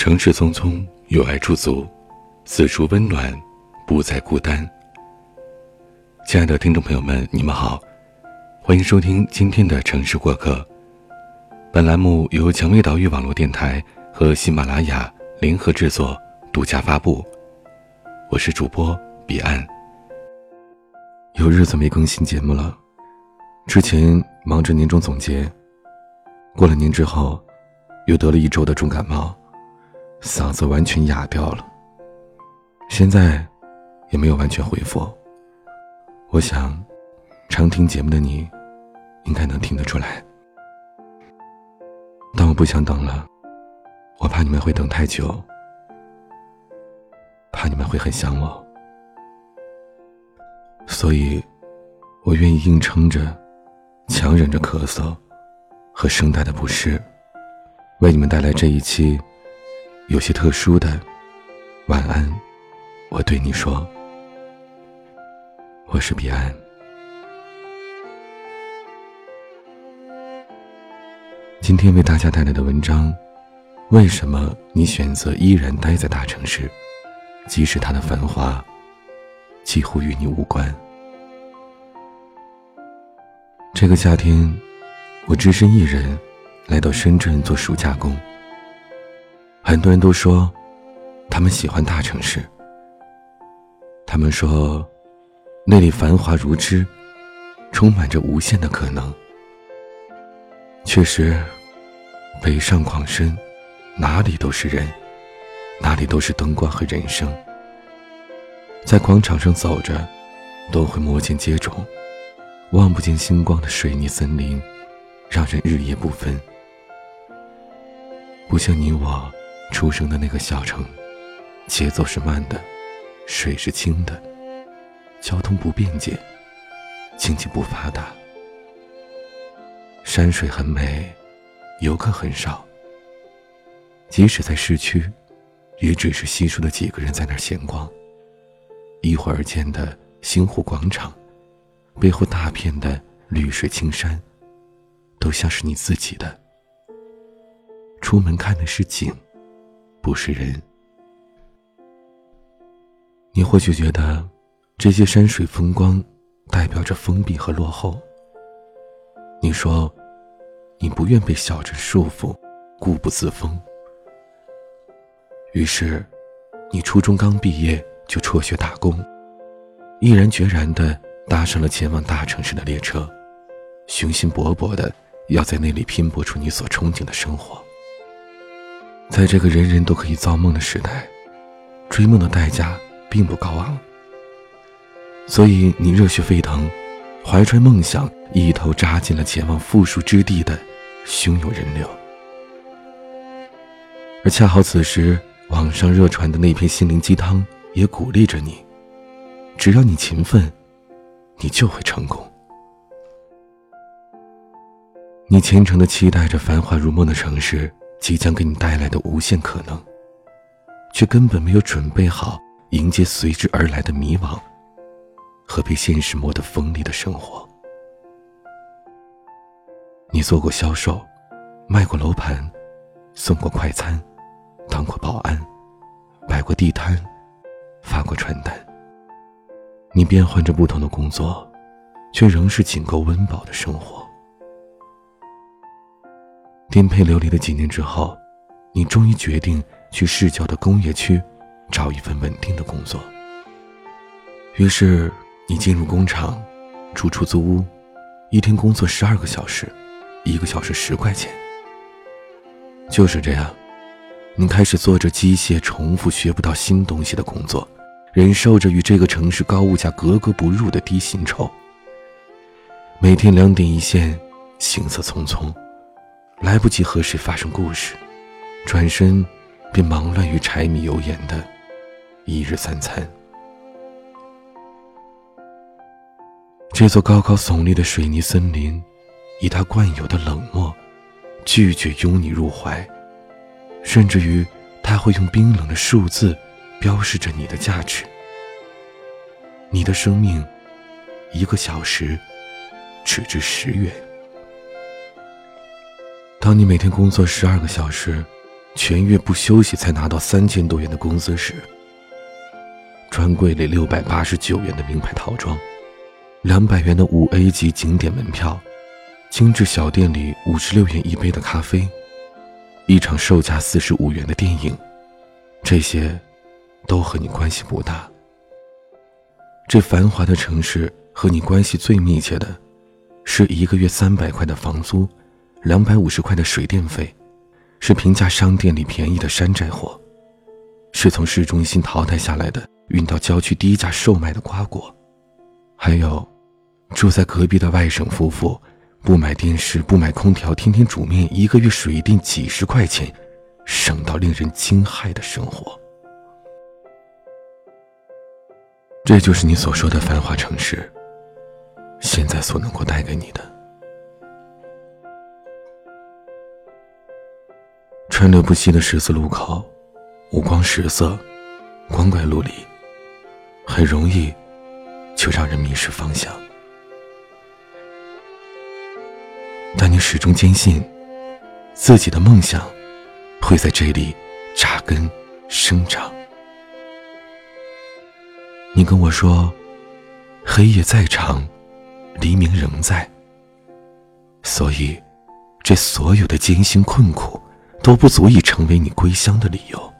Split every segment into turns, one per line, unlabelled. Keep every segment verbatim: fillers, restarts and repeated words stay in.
城市匆匆，有爱驻足，四处温暖，不再孤单。亲爱的听众朋友们，你们好，欢迎收听今天的城市过客。本栏目由蔷薇岛屿网络电台和喜马拉雅联合制作，独家发布。我是主播彼岸。有日子没更新节目了，之前忙着年终总结，过了年之后又得了一周的重感冒，嗓子完全哑掉了，现在也没有完全恢复。我想常听节目的你应该能听得出来，但我不想等了，我怕你们会等太久，怕你们会很想我，所以我愿意硬撑着，强忍着咳嗽和声带的不适，为你们带来这一期有些特殊的晚安，我对你说。我是彼岸。今天为大家带来的文章，为什么你选择依然待在大城市，即使它的繁华几乎与你无关。这个夏天，我只身一人来到深圳做暑假工。很多人都说他们喜欢大城市，他们说那里繁华如织，充满着无限的可能。确实，北上广深，哪里都是人，哪里都是灯光和人生。在广场上走着，都会摩肩接踵，望不见星光的水泥森林，让人日夜不分。不像你我出生的那个小城，节奏是慢的，水是清的，交通不便捷，经济不发达，山水很美，游客很少，即使在市区，也只是稀疏的几个人在那儿闲逛。一会儿见的星湖广场，背后大片的绿水青山，都像是你自己的。出门看的是景，不是人。你或许觉得这些山水风光代表着封闭和落后，你说你不愿被小镇束缚，固步自封，于是你初中刚毕业就辍学打工，毅然决然地搭上了前往大城市的列车，雄心勃勃地要在那里拼搏出你所憧憬的生活。在这个人人都可以造梦的时代，追梦的代价并不高昂，所以你热血沸腾，怀揣梦想，一头扎进了前往富庶之地的汹涌人流。而恰好此时，网上热传的那篇心灵鸡汤也鼓励着你，只要你勤奋，你就会成功。你虔诚地期待着繁华如梦的城市即将给你带来的无限可能，却根本没有准备好迎接随之而来的迷惘和被现实磨得锋利的生活。你做过销售，卖过楼盘，送过快餐，当过保安，摆过地摊，发过传单。你变换着不同的工作，却仍是仅够温饱的生活。颠沛流离的几年之后，你终于决定去市郊的工业区找一份稳定的工作。于是你进入工厂，住出租屋，一天工作十二个小时，一个小时十块钱。就是这样，你开始做着机械重复学不到新东西的工作，忍受着与这个城市高物价格格不入的低薪酬。每天两点一线，行色匆匆，来不及和谁发生故事，转身便忙乱于柴米油盐的一日三餐。这座高高耸立的水泥森林，以它惯有的冷漠，拒绝拥你入怀，甚至于它会用冰冷的数字标示着你的价值。你的生命，一个小时只值十元。当你每天工作十二个小时， 全月不休息才拿到三千多元的工资时，专柜里六百八十九元的名牌套装，两百元的五 A 级景点门票，精致小店里五十六元一杯的咖啡，一场售价四十五元的电影，这些都和你关系不大。这繁华的城市和你关系最密切的是一个月三百块的房租，两百五十块的水电费，是平价商店里便宜的山寨货，是从市中心淘汰下来的运到郊区低价售卖的瓜果，还有住在隔壁的外省夫妇，不买电视不买空调，天天煮面，一个月水电几十块钱，省到令人惊骇的生活。这就是你所说的繁华城市现在所能够带给你的。川流不息的十字路口，五光十色，光怪陆离，很容易就让人迷失方向。但你始终坚信自己的梦想会在这里扎根生长。你跟我说，黑夜再长，黎明仍在，所以这所有的艰辛困苦都不足以成为你归乡的理由。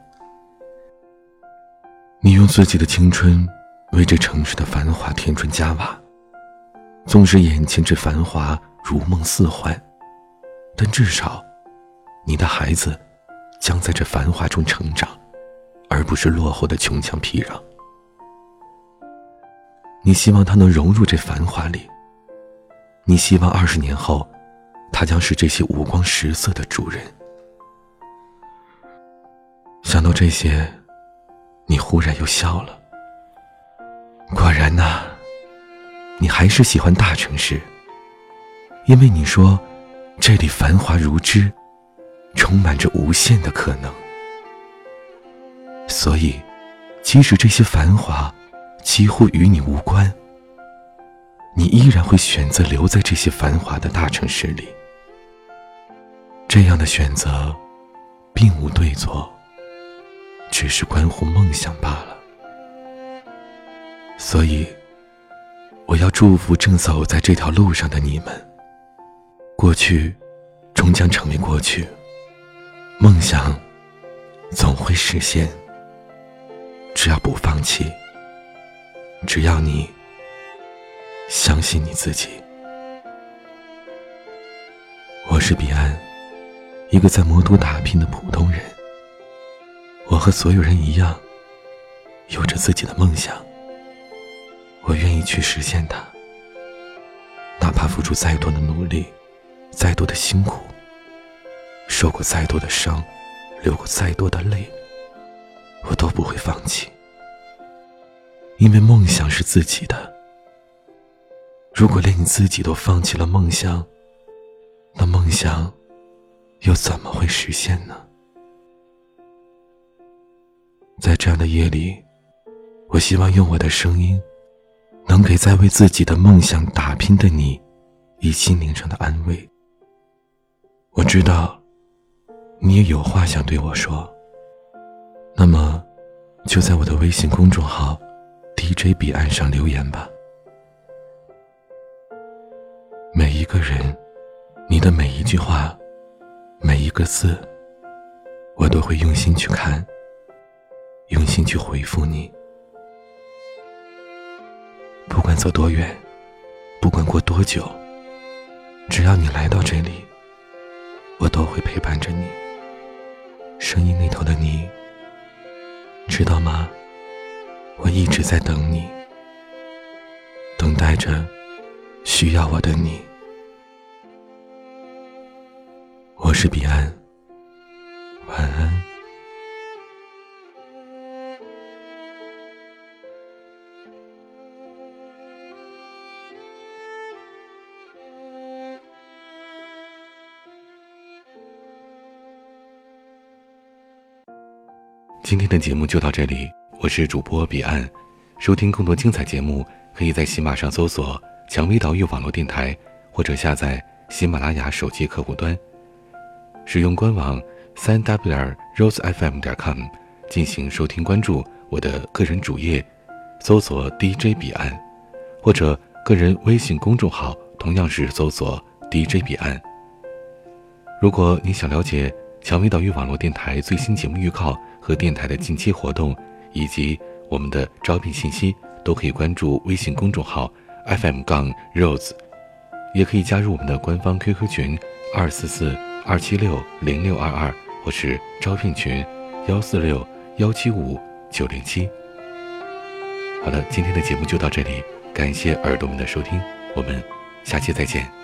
你用自己的青春为这城市的繁华添砖加瓦，纵使眼前这繁华如梦似幻，但至少你的孩子将在这繁华中成长，而不是落后的穷乡僻壤。你希望他能融入这繁华里，你希望二十年后他将是这些五光十色的主人。想到这些，你忽然又笑了。果然呐，你还是喜欢大城市，因为你说这里繁华如织，充满着无限的可能。所以即使这些繁华几乎与你无关，你依然会选择留在这些繁华的大城市里。这样的选择并无对错，只是关乎梦想罢了。所以我要祝福正走在这条路上的你们，过去终将成为过去，梦想总会实现。只要不放弃，只要你相信你自己。我是彼岸，一个在魔都打拼的普通人。我和所有人一样，有着自己的梦想，我愿意去实现它，哪怕付出再多的努力，再多的辛苦，受过再多的伤，流过再多的泪，我都不会放弃。因为梦想是自己的，如果连你自己都放弃了梦想，那梦想又怎么会实现呢？在这样的夜里，我希望用我的声音能给在为自己的梦想打拼的你以心灵上的安慰。我知道你也有话想对我说，那么就在我的微信公众号 D J 彼岸上留言吧。每一个人，你的每一句话，每一个字，我都会用心去看，用心去回复你。不管走多远，不管过多久，只要你来到这里，我都会陪伴着你。声音那头的你，知道吗？我一直在等你，等待着需要我的你。我是彼岸，晚安。今天的节目就到这里，我是主播彼岸。收听更多精彩节目，可以在喜马上搜索蔷薇岛屿网络电台，或者下载喜马拉雅手机客户端。使用官网三 w 点 rose f m 点 com 进行收听关注我的个人主页，搜索 D J 彼岸，或者个人微信公众号同样是搜索 D J 彼岸。如果你想了解蔷薇岛屿网络电台最新节目预告和电台的近期活动以及我们的招聘信息，都可以关注微信公众号 F M 杠 Rose， 也可以加入我们的官方 Q Q 群二四四二七六零六二二，或是招聘群幺四六幺七五九零七。好了，今天的节目就到这里，感谢耳朵们的收听，我们下期再见。